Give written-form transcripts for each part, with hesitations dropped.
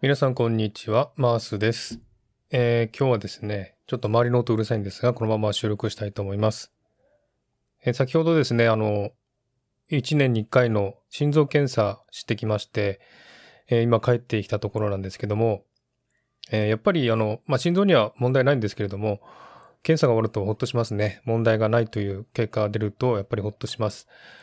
皆さんこんにちは、マースです。今日はですね、ちょっと周りの音うるさいんですが、このまま収録したいと思います。先ほどですね、1年に1回の心臓検査してきまして、今帰ってきたところなんですけども、やっぱり心臓には問題ないんですけれども、検査が終わるとほっとしますね。問題がないという結果が出ると、やっぱりほっとします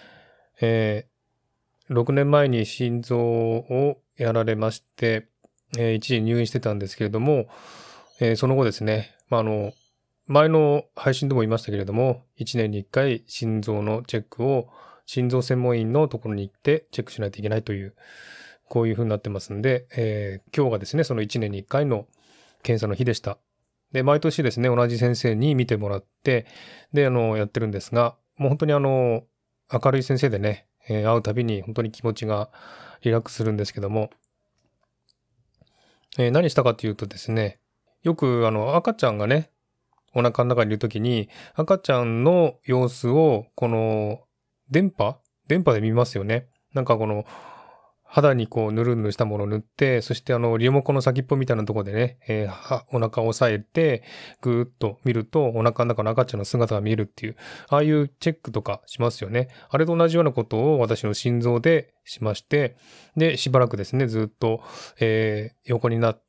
。6年前に心臓をやられまして、一時入院してたんですけれども、その後ですね、前の配信でも言いましたけれども、1年に1回心臓のチェックを心臓専門医のところに行ってチェックしないといけないという、こういう風になってますんで、今日がですね、その1年に1回の検査の日でした。で、毎年ですね、同じ先生に見てもらって、で、やってるんですが、もう本当に明るい先生でね、会うたびに本当に気持ちがリラックスするんですけども、何したかというとですね、よく赤ちゃんがね、お腹の中にいるときに、赤ちゃんの様子を、この、電波で見ますよね。なんか肌にこう、ぬるぬるしたものを塗って、そしてリモコンの先っぽみたいなところでね、お腹を押さえて、ぐーっと見ると、お腹の中の赤ちゃんの姿が見えるっていう、ああいうチェックとかしますよね。あれと同じようなことを私の心臓でしまして、で、しばらくですね、ずっと、横になって、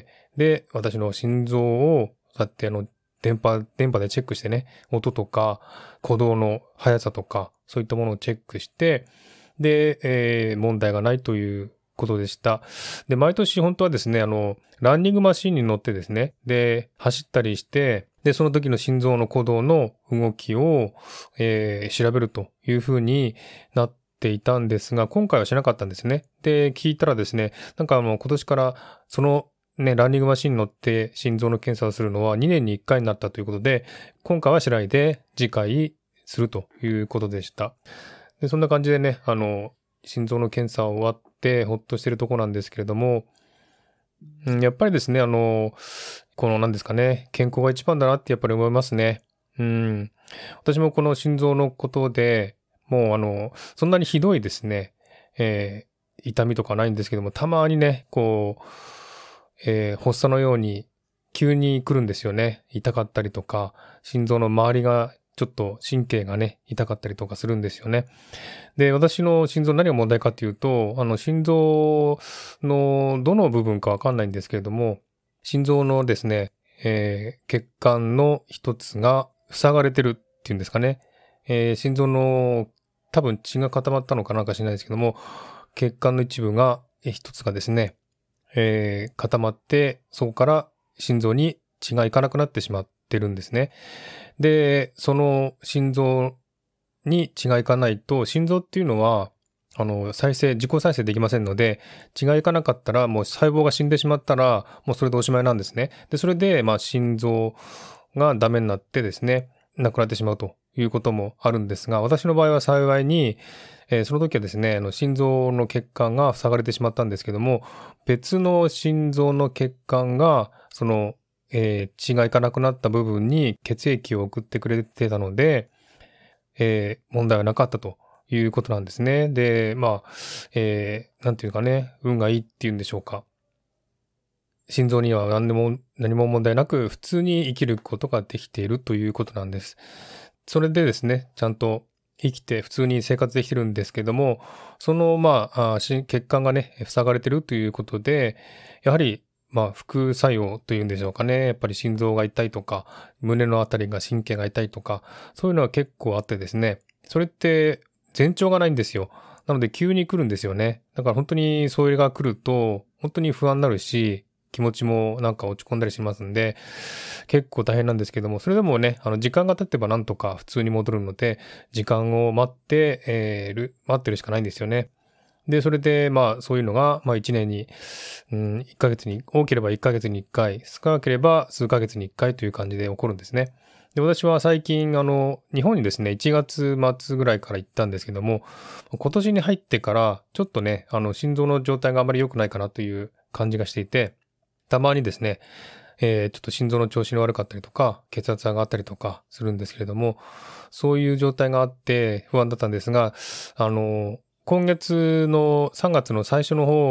で、私の心臓を、だって電波でチェックしてね、音とか、鼓動の速さとか、そういったものをチェックして、で、問題がないということでした。で、毎年本当はですね、ランニングマシンに乗ってですね、で、走ったりして、で、その時の心臓の鼓動の動きを、調べるというふうになっていたんですが、今回はしなかったんですね。で、聞いたらですね、なんか今年からそのね、ランニングマシンに乗って心臓の検査をするのは2年に1回になったということで、今回はしないで次回するということでした。で、そんな感じでね、心臓の検査終わってほっとしてるとこなんですけれども、やっぱりですね、この何ですかね、健康が一番だなってやっぱり思いますね。私もこの心臓のことで、もうそんなにひどいですね、痛みとかないんですけども、たまにね、こう、発作のように急に来るんですよね。痛かったりとか、心臓の周りがちょっと神経がね、痛かったりとかするんですよね。で、私の心臓何が問題かっていうと、心臓のどの部分かわかんないんですけれども、心臓のですね、血管の一つが塞がれてるっていうんですかね。心臓の多分血が固まったのかなんか知らないですけども、血管の一部が、一つがですね、固まって、そこから心臓に血がいかなくなってしまってるんですね。で、その心臓に血がいかないと、心臓っていうのは、自己再生できませんので、血がいかなかったら、もう細胞が死んでしまったら、もうそれでおしまいなんですね。で、それで、心臓がダメになってですね、亡くなってしまうということもあるんですが、私の場合は幸いに、その時はですね、心臓の血管が塞がれてしまったんですけども、別の心臓の血管が、血がいかなくなった部分に血液を送ってくれてたので、問題はなかったということなんですね。で、なんていうかね、運がいいっていうんでしょうか。心臓には何も問題なく普通に生きることができているということなんです。それでですね、ちゃんと生きて普通に生活できてるんですけども、その血管がね、塞がれてるということで、やはり副作用というんでしょうかね。やっぱり心臓が痛いとか、胸のあたりが神経が痛いとか、そういうのは結構あってですね、それって前兆がないんですよ。なので急に来るんですよね。だから本当にそれが来ると、本当に不安になるし、気持ちもなんか落ち込んだりしますんで、結構大変なんですけども、それでもね、時間が経ってばなんとか普通に戻るので、時間を待って、待ってるしかないんですよね。で、それで、そういうのが、1年に、1ヶ月に、多ければ1ヶ月に1回、少なければ数ヶ月に1回という感じで起こるんですね。で、私は最近、日本にですね、1月末ぐらいから行ったんですけども、今年に入ってから、ちょっとね、心臓の状態があまり良くないかなという感じがしていて、たまにですね、ちょっと心臓の調子の悪かったりとか、血圧上がったりとかするんですけれども、そういう状態があって不安だったんですが、今月の3月の最初の方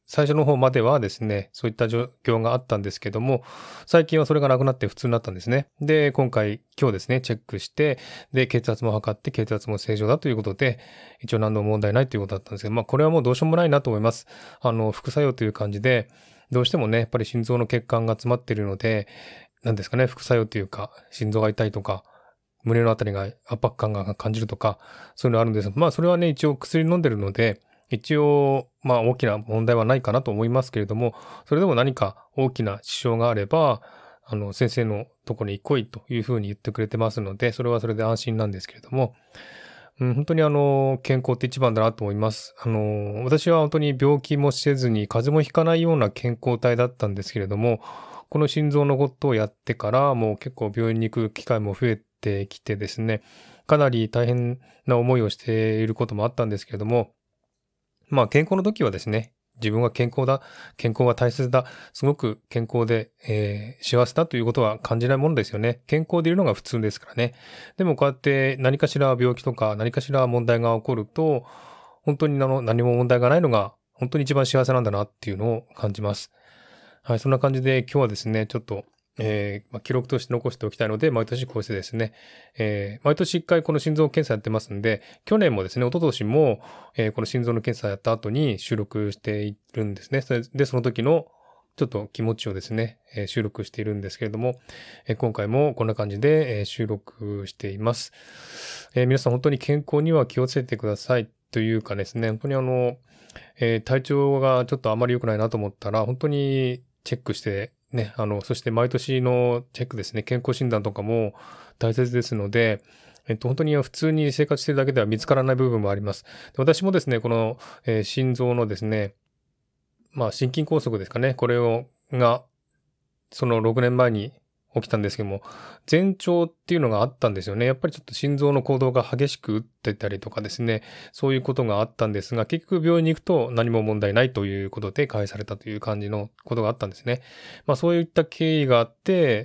最初の方まではですね、そういった状況があったんですけども、最近はそれがなくなって普通になったんですね。で、今日ですね、チェックして、で、血圧も測って血圧も正常だということで、一応何の問題ないということだったんですけど、これはもうどうしようもないなと思います。副作用という感じで、どうしてもね、やっぱり心臓の血管が詰まっているので、何ですかね、副作用というか、心臓が痛いとか、胸のあたりが圧迫感が感じるとか、そういうのあるんです。それはね、一応薬飲んでるので、一応、大きな問題はないかなと思いますけれども、それでも何か大きな支障があれば、先生のところに来いというふうに言ってくれてますので、それはそれで安心なんですけれども、本当に健康って一番だなと思います。私は本当に病気もせずに風邪もひかないような健康体だったんですけれども、この心臓のことをやってからもう結構病院に行く機会も増えてきてですね、かなり大変な思いをしていることもあったんですけれども、健康の時はですね、自分は健康だ、健康は大切だ、すごく健康で、幸せだということは感じないものですよね。健康でいるのが普通ですからね。でもこうやって何かしら病気とか何かしら問題が起こると、本当に何も問題がないのが本当に一番幸せなんだなっていうのを感じます。はい、そんな感じで今日はですね、ちょっと記録として残しておきたいので、毎年こうしてですね、毎年一回この心臓検査やってますんで、去年もですね、一昨年も、この心臓の検査やった後に収録しているんですね。で、その時のちょっと気持ちをですね、収録しているんですけれども、今回もこんな感じで、収録しています。皆さん本当に健康には気をつけてくださいというかですね、本当に体調がちょっとあまり良くないなと思ったら、本当にチェックしてね、そして毎年のチェックですね、健康診断とかも大切ですので、本当に普通に生活しているだけでは見つからない部分もあります。私もですね、この、心臓のですね、心筋梗塞ですかね、これが、その6年前に起きたんですけども、前兆っていうのがあったんですよね。やっぱりちょっと心臓の行動が激しく打ってたりとかですね、そういうことがあったんですが、結局病院に行くと何も問題ないということで返されたという感じのことがあったんですね。そういった経緯があって、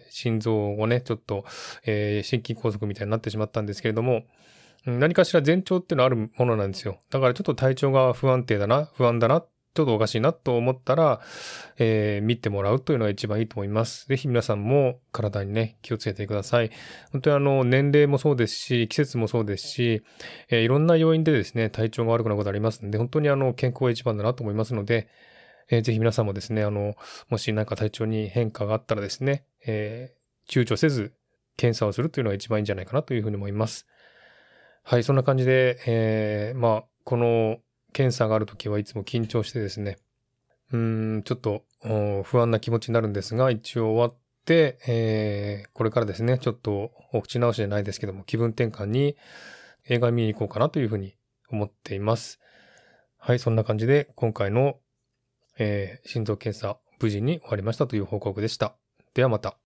心臓をね、ちょっと、心筋梗塞みたいになってしまったんですけれども、何かしら前兆っていうのはあるものなんですよ。だからちょっと体調が不安だな、ちょっとおかしいなと思ったら、見てもらうというのが一番いいと思います。ぜひ皆さんも体にね、気をつけてください。本当に年齢もそうですし、季節もそうですし、いろんな要因でですね、体調が悪くなることありますので、本当に健康が一番だなと思いますので、ぜひ皆さんもですね、もし何か体調に変化があったらですね、躊躇せず検査をするというのが一番いいんじゃないかなというふうに思います。はい、そんな感じで、この検査があるときはいつも緊張してですね、ちょっと不安な気持ちになるんですが、一応終わって、これからですね、ちょっとお口直しじゃないですけども、気分転換に映画見に行こうかなというふうに思っています。はい、そんな感じで今回の、心臓検査無事に終わりましたという報告でした。ではまた。